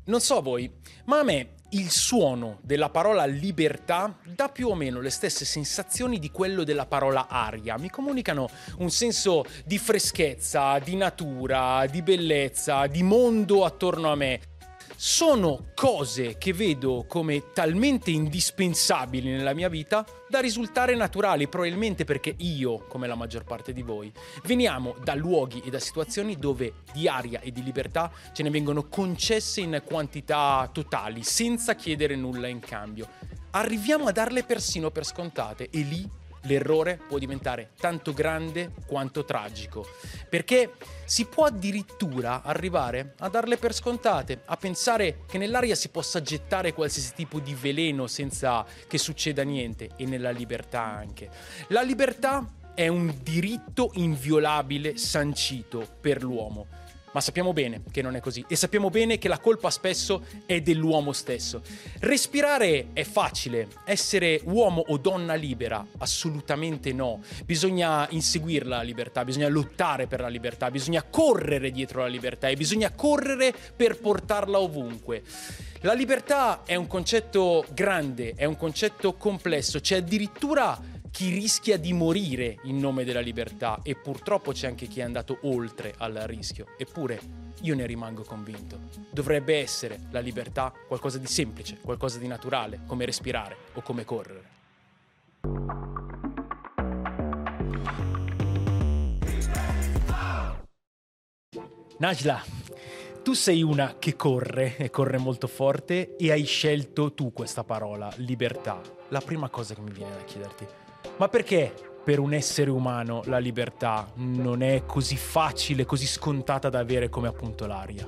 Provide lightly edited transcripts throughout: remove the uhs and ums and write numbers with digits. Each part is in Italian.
Non so voi, ma a me il suono della parola libertà dà più o meno le stesse sensazioni di quello della parola aria. Mi comunicano un senso di freschezza, di natura, di bellezza, di mondo attorno a me. Sono cose che vedo come talmente indispensabili nella mia vita da risultare naturali, probabilmente perché io, come la maggior parte di voi, veniamo da luoghi e da situazioni dove di aria e di libertà ce ne vengono concesse in quantità totali, senza chiedere nulla in cambio. Arriviamo a darle persino per scontate e lì l'errore può diventare tanto grande quanto tragico, perché si può addirittura arrivare a darle per scontate, a pensare che nell'aria si possa gettare qualsiasi tipo di veleno senza che succeda niente, e nella libertà anche. La libertà è un diritto inviolabile sancito per l'uomo. Ma sappiamo bene che non è così e sappiamo bene che la colpa spesso è dell'uomo stesso. Respirare è facile, essere uomo o donna libera assolutamente no. Bisogna inseguire la libertà, bisogna lottare per la libertà, bisogna correre dietro la libertà e bisogna correre per portarla ovunque. La libertà è un concetto grande, è un concetto complesso, c'è addirittura chi rischia di morire in nome della libertà e purtroppo c'è anche chi è andato oltre al rischio. Eppure io ne rimango convinto. Dovrebbe essere la libertà qualcosa di semplice, qualcosa di naturale, come respirare o come correre. Najla, tu sei una che corre e corre molto forte e hai scelto tu questa parola, libertà. La prima cosa che mi viene da chiederti: ma perché per un essere umano la libertà non è così facile, così scontata da avere come appunto l'aria?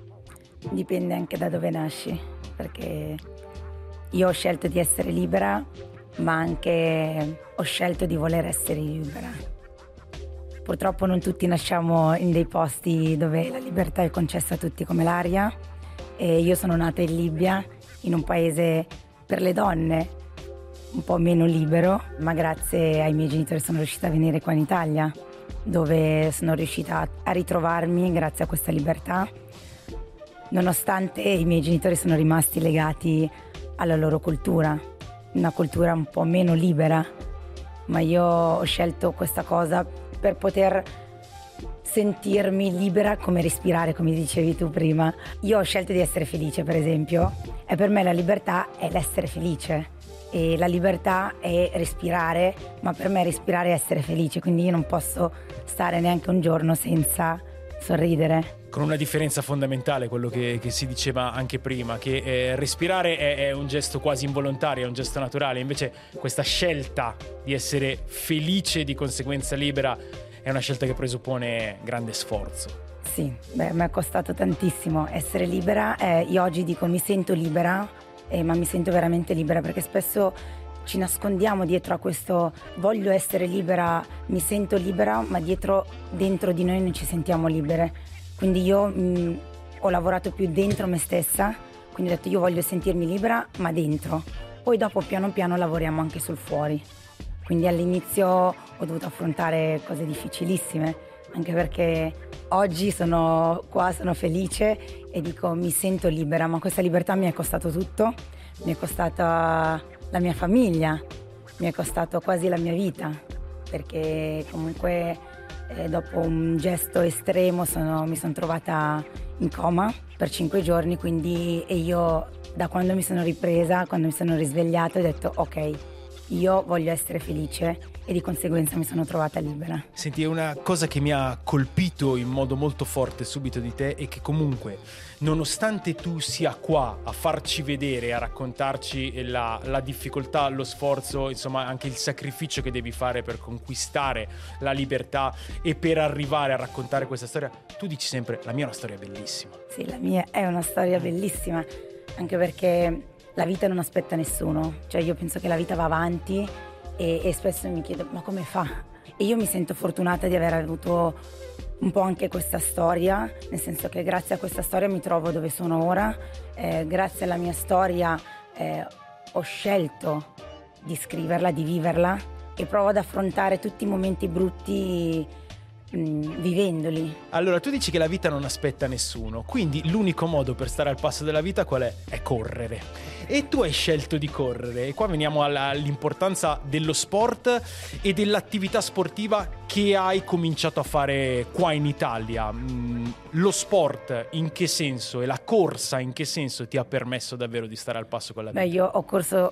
Dipende anche da dove nasci, perché io ho scelto di essere libera, ma anche ho scelto di voler essere libera. Purtroppo non tutti nasciamo in dei posti dove la libertà è concessa a tutti come l'aria, e io sono nata in Libia, in un paese per le donne un po' meno libero, ma grazie ai miei genitori sono riuscita a venire qua in Italia, dove sono riuscita a ritrovarmi grazie a questa libertà, nonostante i miei genitori sono rimasti legati alla loro cultura, una cultura un po' meno libera, ma io ho scelto questa cosa per poter sentirmi libera, come respirare, come dicevi tu prima. Io ho scelto di essere felice, per esempio, e per me la libertà è l'essere felice. E la libertà è respirare, ma per me respirare è essere felice, quindi io non posso stare neanche un giorno senza sorridere. Con una differenza fondamentale, quello che si diceva anche prima, che respirare è un gesto quasi involontario, è un gesto naturale, invece questa scelta di essere felice e di conseguenza libera è una scelta che presuppone grande sforzo. Sì, mi è costato tantissimo essere libera, io oggi dico mi sento libera, ma mi sento veramente libera, perché spesso ci nascondiamo dietro a questo voglio essere libera, mi sento libera, ma dentro di noi non ci sentiamo libere. Quindi io ho lavorato più dentro me stessa, quindi ho detto io voglio sentirmi libera ma dentro, poi dopo piano piano lavoriamo anche sul fuori. Quindi all'inizio ho dovuto affrontare cose difficilissime, anche perché oggi sono qua, sono felice e dico mi sento libera, ma questa libertà mi è costato tutto, mi è costata la mia famiglia, mi è costato quasi la mia vita, perché comunque dopo un gesto estremo mi sono trovata in coma per 5 giorni, e io da quando mi sono ripresa, quando mi sono risvegliata, ho detto ok, io voglio essere felice, e di conseguenza mi sono trovata libera. Senti, è una cosa che mi ha colpito in modo molto forte subito di te, è che comunque, nonostante tu sia qua a farci vedere, a raccontarci la difficoltà, lo sforzo, insomma anche il sacrificio che devi fare per conquistare la libertà e per arrivare a raccontare questa storia, tu dici sempre la mia è una storia bellissima. Sì, la mia è una storia bellissima, anche perché la vita non aspetta nessuno, cioè io penso che la vita va avanti e spesso mi chiedo ma come fa? E io mi sento fortunata di aver avuto un po' anche questa storia, nel senso che grazie a questa storia mi trovo dove sono ora, grazie alla mia storia ho scelto di scriverla, di viverla, e provo ad affrontare tutti i momenti brutti vivendoli. Allora, tu dici che la vita non aspetta nessuno, quindi l'unico modo per stare al passo della vita qual è? È correre. E tu hai scelto di correre. E qua veniamo all'importanza dello sport e dell'attività sportiva che hai cominciato a fare qua in Italia. Lo sport in che senso e la corsa in che senso ti ha permesso davvero di stare al passo con la vita? Io ho corso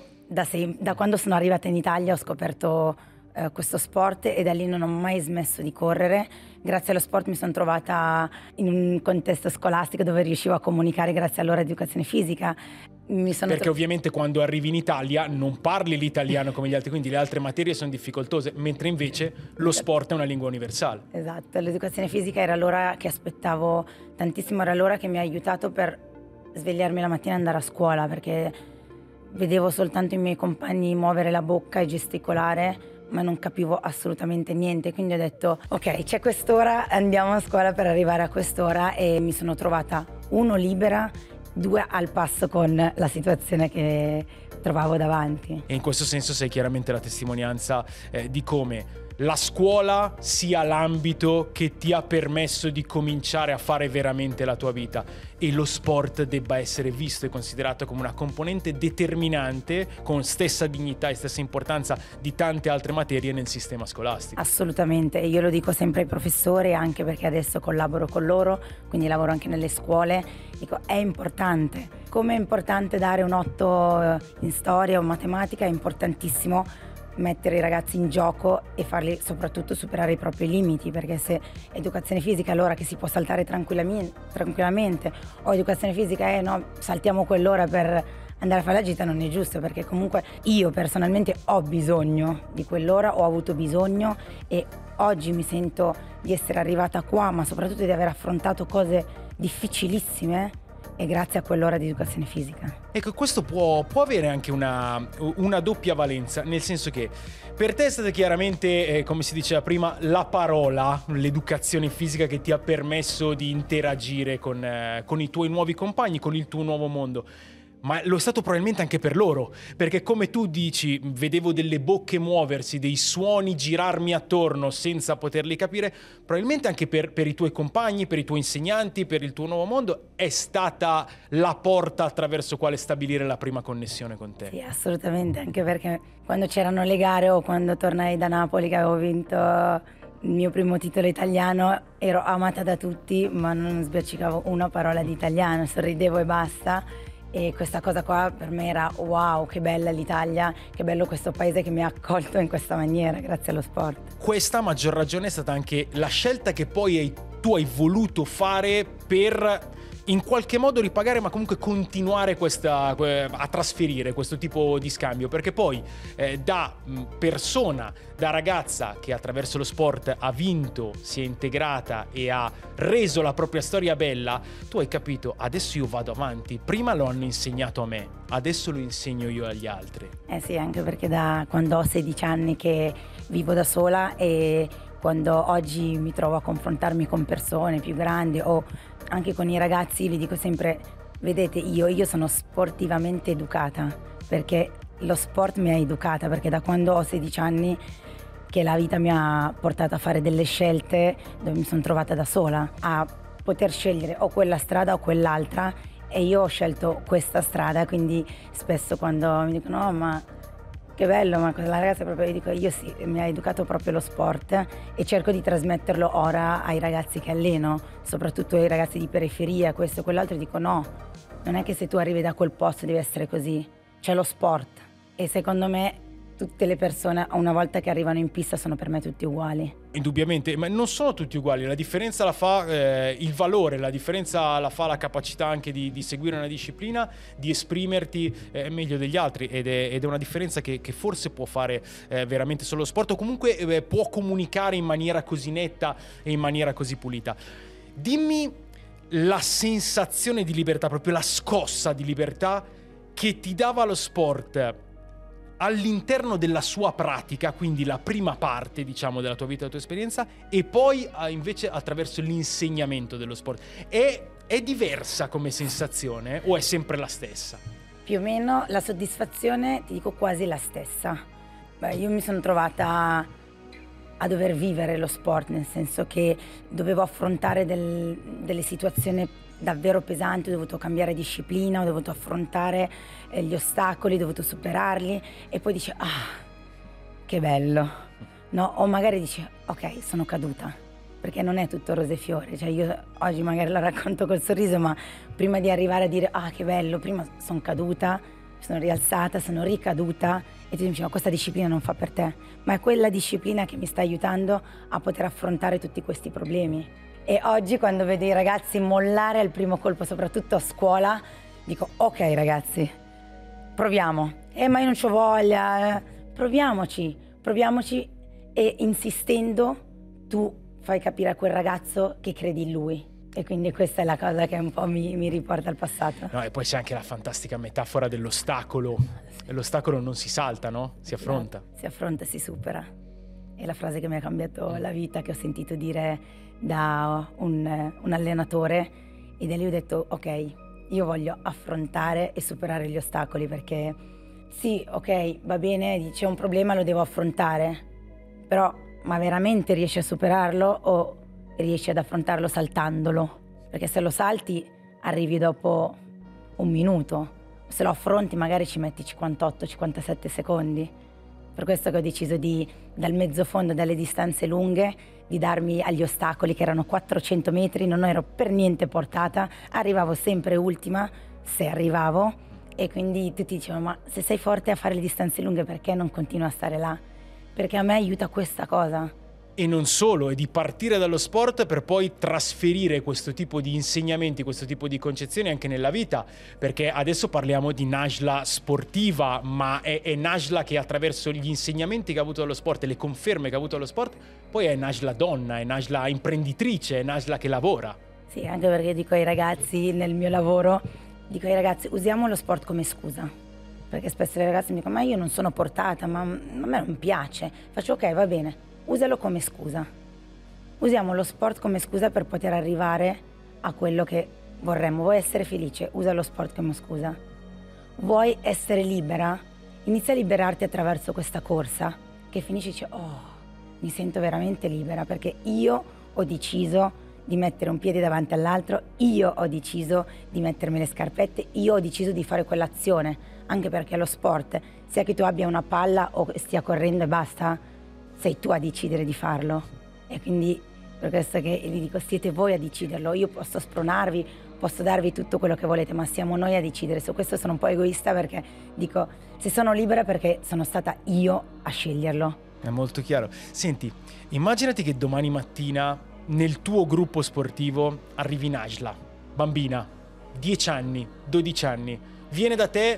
da quando sono arrivata in Italia, ho scoperto questo sport e da lì non ho mai smesso di correre. Grazie allo sport mi sono trovata in un contesto scolastico dove riuscivo a comunicare grazie all'ora di educazione fisica. Perché ovviamente quando arrivi in Italia non parli l'italiano come gli altri, quindi le altre materie sono difficoltose, mentre invece lo sport è una lingua universale. Esatto, l'educazione fisica era l'ora che aspettavo tantissimo, era l'ora che mi ha aiutato per svegliarmi la mattina e andare a scuola, perché vedevo soltanto i miei compagni muovere la bocca e gesticolare, ma non capivo assolutamente niente, quindi ho detto ok, c'è quest'ora, andiamo a scuola per arrivare a quest'ora, e mi sono trovata 1 libera, 2 al passo con la situazione che trovavo davanti. E in questo senso sei chiaramente la testimonianza di come la scuola sia l'ambito che ti ha permesso di cominciare a fare veramente la tua vita, e lo sport debba essere visto e considerato come una componente determinante con stessa dignità e stessa importanza di tante altre materie nel sistema scolastico. Assolutamente, e io lo dico sempre ai professori, anche perché adesso collaboro con loro, quindi lavoro anche nelle scuole, dico è importante. Come è importante dare un 8 in storia o matematica, è importantissimo mettere i ragazzi in gioco e farli soprattutto superare i propri limiti, perché se educazione fisica è l'ora che si può saltare tranquillamente, o educazione fisica no, saltiamo quell'ora per andare a fare la gita, non è giusto, perché comunque io personalmente ho bisogno di quell'ora, ho avuto bisogno, e oggi mi sento di essere arrivata qua, ma soprattutto di aver affrontato cose difficilissime, e grazie a quell'ora di educazione fisica. Ecco, questo può avere anche una doppia valenza, nel senso che per te è stata chiaramente, come si diceva prima, la parola, l'educazione fisica che ti ha permesso di interagire con i tuoi nuovi compagni, con il tuo nuovo mondo. Ma lo è stato probabilmente anche per loro, perché come tu dici, vedevo delle bocche muoversi, dei suoni girarmi attorno senza poterli capire, probabilmente anche per i tuoi compagni, per i tuoi insegnanti, per il tuo nuovo mondo, è stata la porta attraverso quale stabilire la prima connessione con te. Sì, assolutamente, anche perché quando c'erano le gare o quando tornai da Napoli che avevo vinto il mio primo titolo italiano, ero amata da tutti, ma non sbiaccicavo una parola di italiano, sorridevo e basta. E questa cosa qua per me era wow, che bella l'Italia, che bello questo paese che mi ha accolto in questa maniera, grazie allo sport. Questa a maggior ragione è stata anche la scelta che poi tu hai voluto fare per in qualche modo ripagare, ma comunque continuare a trasferire questo tipo di scambio, perché poi da persona, da ragazza che attraverso lo sport ha vinto, si è integrata e ha reso la propria storia bella, tu hai capito, adesso io vado avanti, prima lo hanno insegnato a me, adesso lo insegno io agli altri. Sì, anche perché da quando ho 16 anni che vivo da sola, e quando oggi mi trovo a confrontarmi con persone più grandi o anche con i ragazzi, vi dico sempre, vedete, io sono sportivamente educata, perché lo sport mi ha educata, perché da quando ho 16 anni che la vita mi ha portato a fare delle scelte dove mi sono trovata da sola, a poter scegliere o quella strada o quell'altra, e io ho scelto questa strada, quindi spesso quando mi dicono no, ma che bello, ma la ragazza proprio, io dico io sì, mi ha educato proprio lo sport, e cerco di trasmetterlo ora ai ragazzi che alleno, soprattutto ai ragazzi di periferia, questo e quell'altro, dico no, non è che se tu arrivi da quel posto devi essere così, c'è lo sport, e secondo me tutte le persone una volta che arrivano in pista sono per me tutti uguali. Indubbiamente, ma non sono tutti uguali, la differenza la fa il valore, la differenza la fa la capacità anche di seguire una disciplina, di esprimerti meglio degli altri, ed è una differenza che forse può fare veramente solo lo sport, o comunque può comunicare in maniera così netta e in maniera così pulita. Dimmi la sensazione di libertà, proprio la scossa di libertà che ti dava lo sport all'interno della sua pratica, quindi la prima parte, diciamo, della tua vita, della tua esperienza, e poi invece attraverso l'insegnamento dello sport. È diversa come sensazione o è sempre la stessa? Più o meno la soddisfazione, ti dico, quasi la stessa. Io mi sono trovata a dover vivere lo sport, nel senso che dovevo affrontare delle situazioni davvero pesanti, ho dovuto cambiare disciplina, ho dovuto affrontare gli ostacoli, ho dovuto superarli e poi dici che bello, no? O magari dici ok, sono caduta, perché non è tutto rose e fiori, cioè io oggi magari la racconto col sorriso, ma prima di arrivare a dire che bello, prima sono caduta, sono rialzata, sono ricaduta e tu dici ma questa disciplina non fa per te, ma è quella disciplina che mi sta aiutando a poter affrontare tutti questi problemi. E oggi quando vedo i ragazzi mollare al primo colpo, soprattutto a scuola, dico ok ragazzi, proviamo, ma io non c'ho voglia, proviamoci e insistendo tu fai capire a quel ragazzo che credi in lui. E quindi questa è la cosa che un po' mi riporta al passato. No, e poi c'è anche la fantastica metafora dell'ostacolo. E l'ostacolo non si salta, no? Si affronta. Esatto. Si affronta e si supera. È la frase che mi ha cambiato la vita, che ho sentito dire da un allenatore, e da lì ho detto ok, io voglio affrontare e superare gli ostacoli, perché sì, ok, va bene, c'è un problema, lo devo affrontare, però ma veramente riesci a superarlo o riesci ad affrontarlo saltandolo? Perché se lo salti arrivi dopo un minuto, se lo affronti magari ci metti 58-57 secondi. Per questo che ho deciso dal mezzo fondo, dalle distanze lunghe, di darmi agli ostacoli, che erano 400 metri, non ero per niente portata, arrivavo sempre ultima, se arrivavo, e quindi tutti dicevano ma se sei forte a fare le distanze lunghe perché non continui a stare là? Perché a me aiuta questa cosa. E non solo, è di partire dallo sport per poi trasferire questo tipo di insegnamenti, questo tipo di concezioni anche nella vita, perché adesso parliamo di Najla sportiva, ma è Najla che attraverso gli insegnamenti che ha avuto dallo sport e le conferme che ha avuto dallo sport, poi è Najla donna, è Najla imprenditrice, è Najla che lavora. Sì, anche perché dico ai ragazzi nel mio lavoro, dico ai ragazzi usiamo lo sport come scusa, perché spesso le ragazze mi dicono ma io non sono portata, ma a me non piace, faccio ok, va bene, usalo come scusa. Usiamo lo sport come scusa per poter arrivare a quello che vorremmo. Vuoi essere felice? Usa lo sport come scusa. Vuoi essere libera? Inizia a liberarti attraverso questa corsa che finisce e dici mi sento veramente libera, perché io ho deciso di mettere un piede davanti all'altro, io ho deciso di mettermi le scarpette, io ho deciso di fare quell'azione, anche perché lo sport, sia che tu abbia una palla o stia correndo e basta, sei tu a decidere di farlo. E quindi per questo che vi dico, siete voi a deciderlo. Io posso spronarvi, posso darvi tutto quello che volete, ma siamo noi a decidere. Su questo sono un po' egoista, perché dico, se sono libera perché sono stata io a sceglierlo. È molto chiaro. Senti, immaginati che domani mattina nel tuo gruppo sportivo arrivi Najla, bambina, 10 anni, 12 anni, viene da te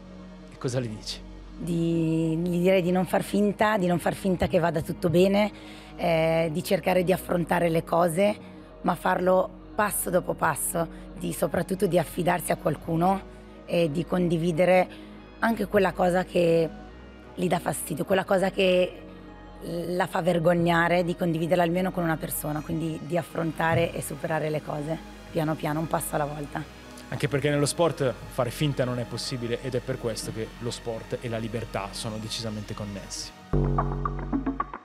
e cosa le dici? Gli direi di non far finta che vada tutto bene, di cercare di affrontare le cose, ma farlo passo dopo passo, soprattutto di affidarsi a qualcuno e di condividere anche quella cosa che gli dà fastidio, quella cosa che la fa vergognare, di condividerla almeno con una persona, quindi di affrontare e superare le cose piano piano, un passo alla volta. Anche perché nello sport fare finta non è possibile, ed è per questo che lo sport e la libertà sono decisamente connessi.